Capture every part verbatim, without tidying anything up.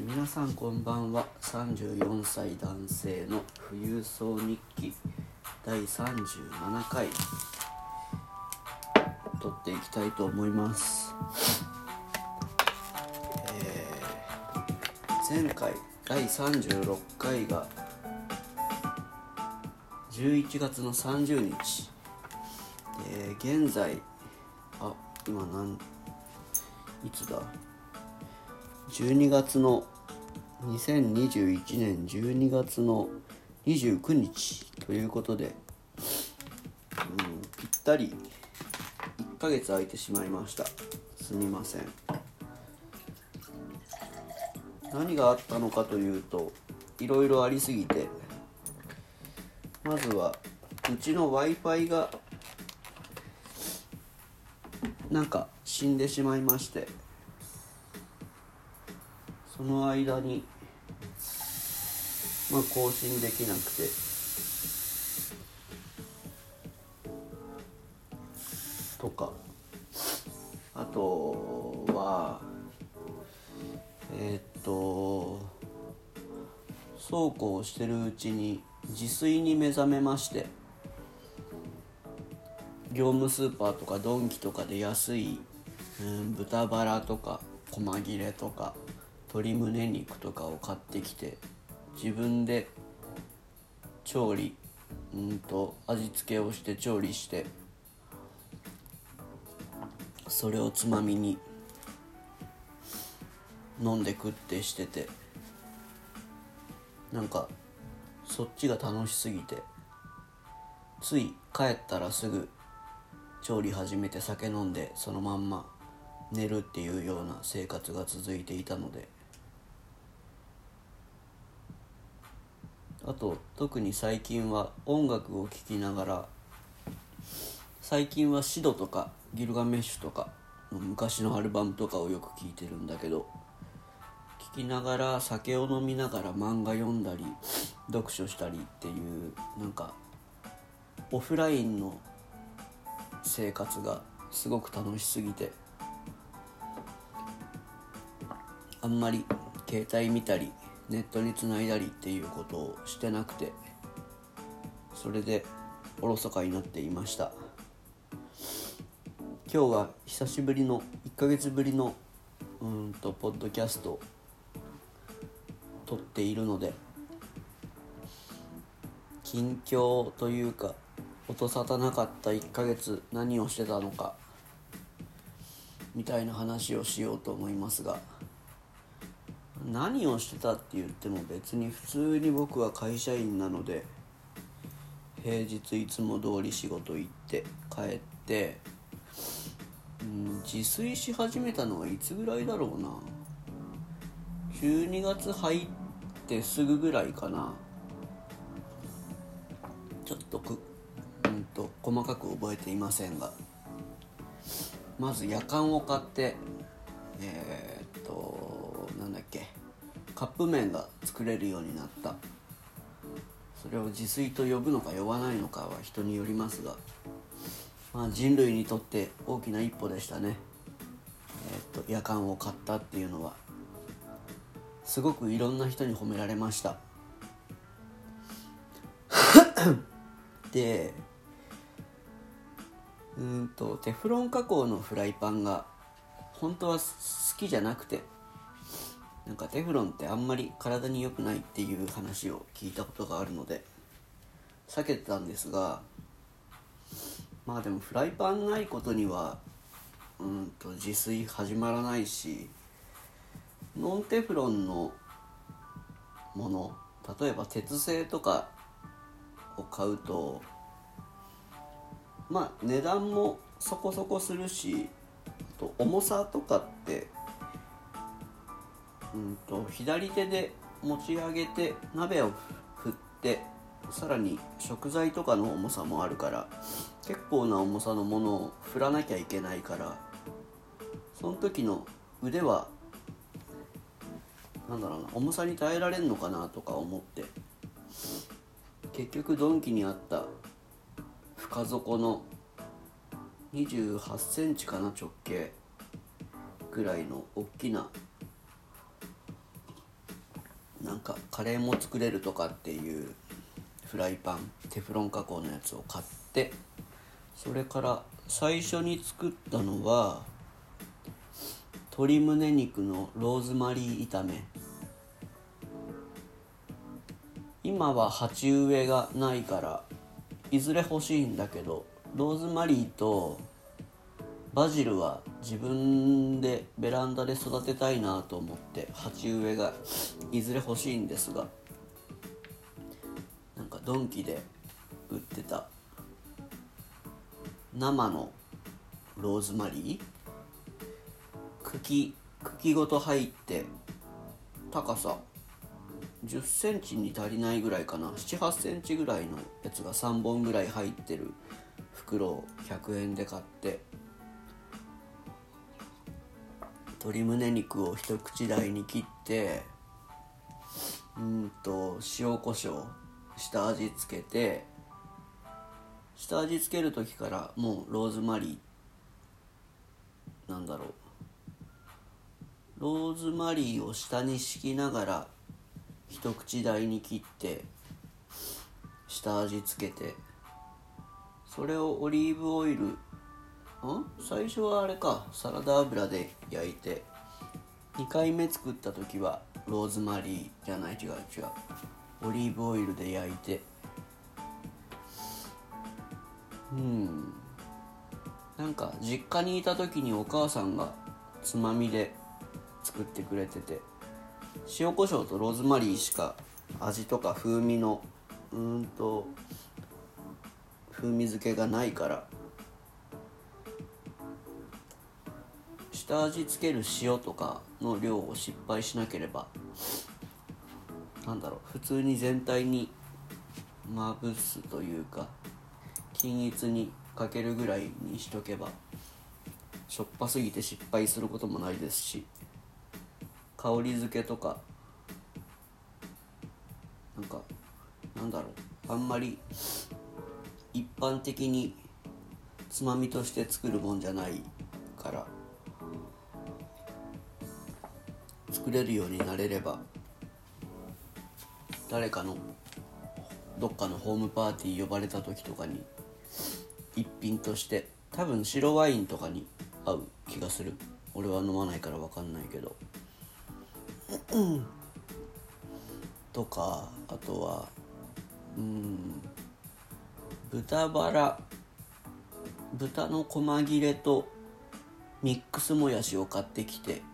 皆さんこんばんは。さんじゅうよんさい男性の富裕層日記だいさんじゅうななかい撮っていきたいと思います。えー、前回だいさんじゅうろっかいがじゅういちがつのさんじゅうにち、えー、現在あ今なんいつだじゅうにがつのにせんにじゅういちねんじゅうにがつのにじゅうくにちということで、うん、ぴったりいっかげつ空いてしまいました。すみません。何があったのかというと、いろいろありすぎて、まずはうちの Wi-Fi がなんか死んでしまいまして、その間にまあ更新できなくて、とか、あとはえー、っとそうこうしてるうちに自炊に目覚めまして、業務スーパーとかドンキとかで安い、うん、豚バラとか細切れとか鶏胸肉とかを買ってきて、自分で調理うんと味付けをして調理して、それをつまみに飲んで食ってしてて、なんかそっちが楽しすぎて、つい帰ったらすぐ調理始めて酒飲んでそのまんま寝るっていうような生活が続いていたので、あと特に最近は音楽を聴きながら、最近はシドとかギルガメッシュとかの昔のアルバムとかをよく聴いてるんだけど、聴きながら酒を飲みながら漫画読んだり読書したりっていう、なんかオフラインの生活がすごく楽しすぎて、あんまり携帯見たりネットにつないだりっていうことをしてなくて、それでおろそかになっていました。今日は久しぶりのいっかげつぶりのうーんとポッドキャストを撮っているので、近況というか音沙汰なかったいっかげつ何をしてたのかみたいな話をしようと思いますが、何をしてたって言っても別に普通に僕は会社員なので、平日いつも通り仕事行って帰って、うん、自炊し始めたのはいつぐらいだろうな。じゅうにがつ入ってすぐぐらいかな。ちょっとく、うんと細かく覚えていませんが、まずやかんを買って、えー、っとなんだっけカップ麺が作れるようになった。それを自炊と呼ぶのか呼ばないのかは人によりますが、まあ、人類にとって大きな一歩でしたね。えー、っとやかんを買ったっていうのはすごくいろんな人に褒められましたで、うーんとテフロン加工のフライパンが本当は好きじゃなくて、なんかテフロンってあんまり体に良くないっていう話を聞いたことがあるので避けてたんですが、まあでもフライパンないことにはうんと自炊始まらないし、ノンテフロンのもの、例えば鉄製とかを買うと、まあ値段もそこそこするし、あと重さとかってうんと左手で持ち上げて鍋を振って、さらに食材とかの重さもあるから、結構な重さのものを振らなきゃいけないから、その時の腕はなんだろうな、重さに耐えられんのかなとか思って、結局ドンキにあった深底のにじゅうはちセンチかな、直径ぐらいの大きななんかカレーも作れるとかっていうフライパン、テフロン加工のやつを買って、それから最初に作ったのは鶏胸肉のローズマリー炒め。今は鉢植えがないからいずれ欲しいんだけど、ローズマリーとバジルは自分でベランダで育てたいなと思って鉢植えがいずれ欲しいんですが、なんかドンキで売ってた生のローズマリー、茎茎ごと入って高さじゅっセンチに足りないぐらいかな、ななはちセンチぐらいのやつがさんぼんぐらい入ってる袋をひゃくえんで買って、鶏胸肉を一口大に切って、うんと塩コショウ下味つけて、下味つける時からもうローズマリーなんだろうローズマリーを下に敷きながら一口大に切って下味つけて、それをオリーブオイルん最初はあれかサラダ油で焼いて、にかいめ作った時はローズマリーじゃない違う違うオリーブオイルで焼いて、うんなんか実家にいた時にお母さんがつまみで作ってくれてて、塩コショウとローズマリーしか味とか風味のうーんと風味付けがないから、下味つける塩とかの量を失敗しなければ、なんだろう普通に全体にまぶすというか均一にかけるぐらいにしとけばしょっぱすぎて失敗することもないですし、香り付けとかなんかなんだろうあんまり一般的につまみとして作るもんじゃないから作れるようになれれば、誰かのどっかのホームパーティー呼ばれた時とかに一品として多分白ワインとかに合う気がする。俺は飲まないから分かんないけどとか、あとはうーん豚バラ豚の細切れとミックスもやしを買ってきて、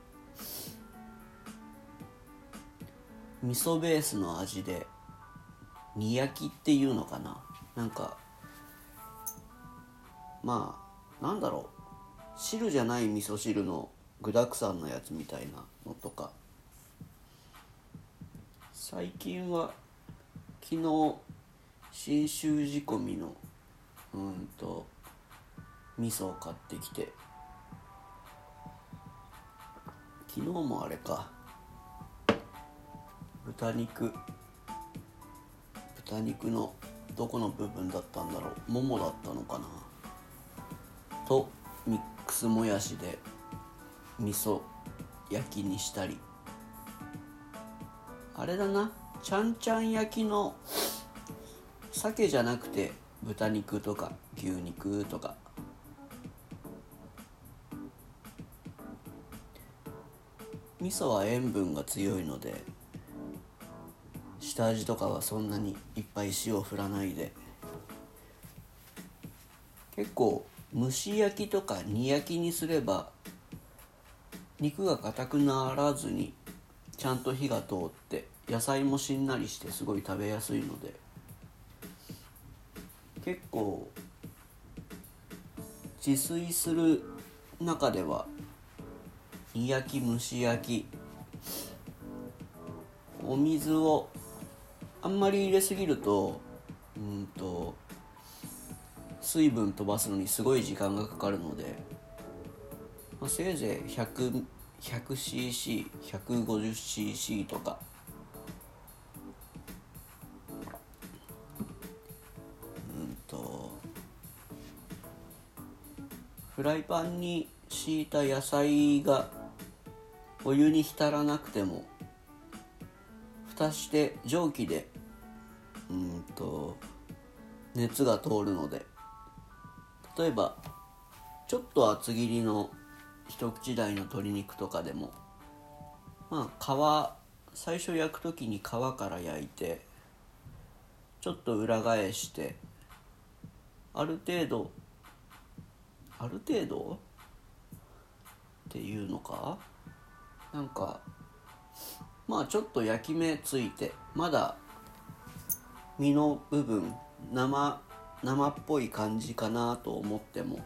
味噌ベースの味で煮焼きっていうのかな、なんかまあなんだろう汁じゃない味噌汁の具沢山のやつみたいなのとか、最近は昨日信州仕込みのうんと味噌を買ってきて、昨日もあれか豚肉豚肉のどこの部分だったんだろう、ももだったのかなとミックスもやしで味噌焼きにしたり、あれだなちゃんちゃん焼きの鮭じゃなくて豚肉とか牛肉とか、味噌は塩分が強いので下味とかはそんなにいっぱい塩を振らないで、結構蒸し焼きとか煮焼きにすれば肉が硬くならずにちゃんと火が通って野菜もしんなりしてすごい食べやすいので、結構自炊する中では煮焼き蒸し焼き、お水をあんまり入れすぎるとうんと水分飛ばすのにすごい時間がかかるので、まあ、せいぜい ひゃくシーシー、ひゃくごじゅうシーシー とかうんとフライパンに敷いた野菜がお湯に浸らなくても蓋して蒸気でうんと熱が通るので、例えばちょっと厚切りの一口大の鶏肉とかでも、まあ皮最初焼くときに皮から焼いてちょっと裏返してある程度ある程度っていうのかなんかまあちょっと焼き目ついてまだ身の部分生生っぽい感じかなと思っても、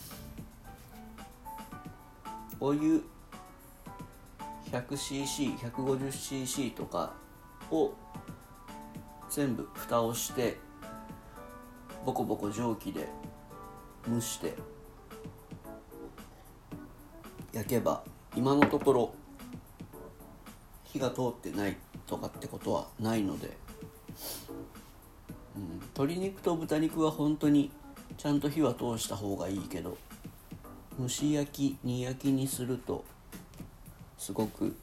お湯 ひゃくシーシー、ひゃくごじゅうシーシー とかを全部蓋をしてボコボコ蒸気で蒸して焼けば今のところ火が通ってないとかってことはないので、うん、鶏肉と豚肉は本当にちゃんと火は通した方がいいけど、蒸し焼き煮焼きにするとすごく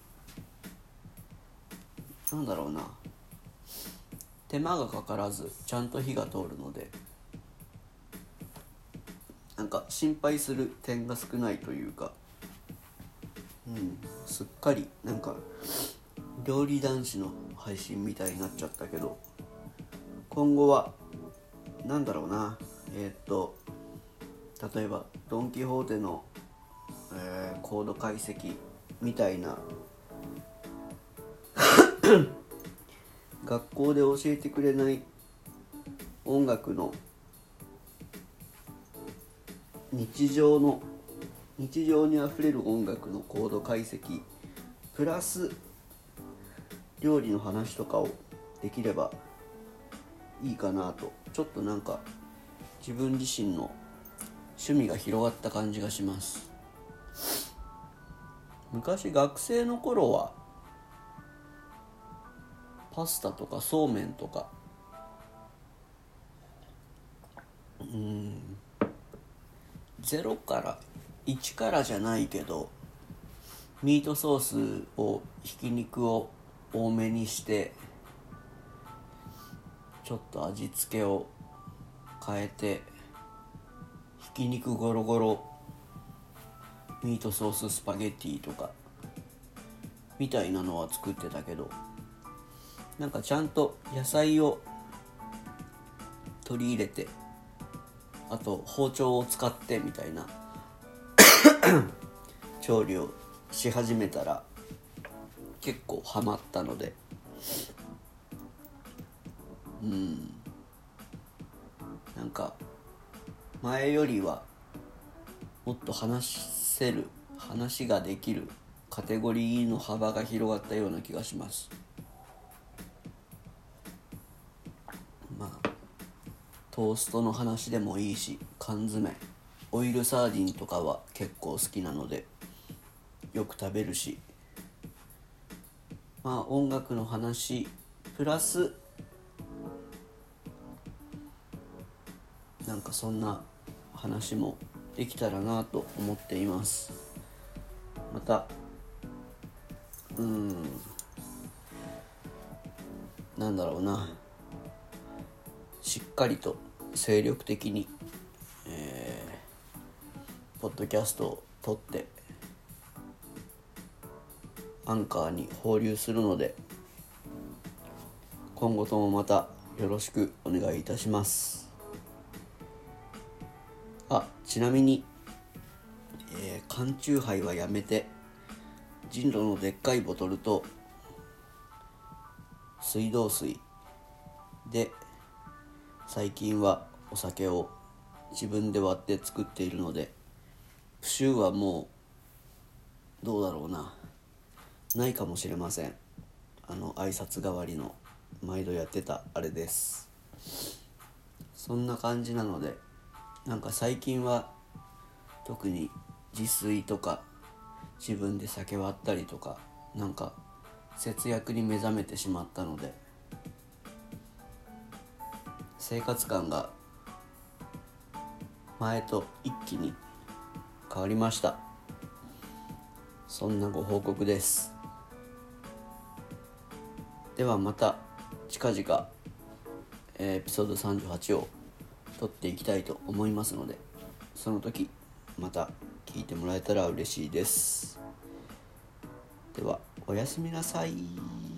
なんだろうな手間がかからずちゃんと火が通るので、なんか心配する点が少ないというか、うん、すっかりなんか料理男子の配信みたいになっちゃったけど、今後はなんだろうなえー、っと例えばドン・キホーテの、えー、コード解析みたいな学校で教えてくれない音楽の日常の日常にあふれる音楽のコード解析プラス料理の話とかをできればいいかなと、ちょっとなんか自分自身の趣味が広がった感じがします。昔学生の頃はパスタとかそうめんとかうーんゼロからいちからじゃないけどミートソースをひき肉を多めにしてちょっと味付けを変えてひき肉ゴロゴロミートソーススパゲッティとかみたいなのは作ってたけど、なんかちゃんと野菜を取り入れてあと包丁を使ってみたいな調理をし始めたら結構ハマったので、うんなんか前よりはもっと話せる話ができるカテゴリーの幅が広がったような気がします。まあトーストの話でもいいし、缶詰オイルサーディンとかは結構好きなのでよく食べるし、まあ音楽の話プラスなんかそんな話もできたらなと思っています。またうーんなんだろうなしっかりと精力的に、えー、ポッドキャストを撮ってアンカーに放流するので今後ともまたよろしくお願いいたします。あ、ちなみに、えー、缶チューハイはやめてジンロのでっかいボトルと水道水で最近はお酒を自分で割って作っているので、プシューはもうどうだろうなないかもしれません。あの挨拶代わりの毎度やってたあれです。そんな感じなので、なんか最近は特に自炊とか自分で酒割ったりとかなんか節約に目覚めてしまったので生活感が前と一気に変わりました。そんなご報告です。でではまた近々、えーエピソードさんじゅうはちを撮っていきたいと思いますので、その時また聞いてもらえたら嬉しいです。ではおやすみなさい。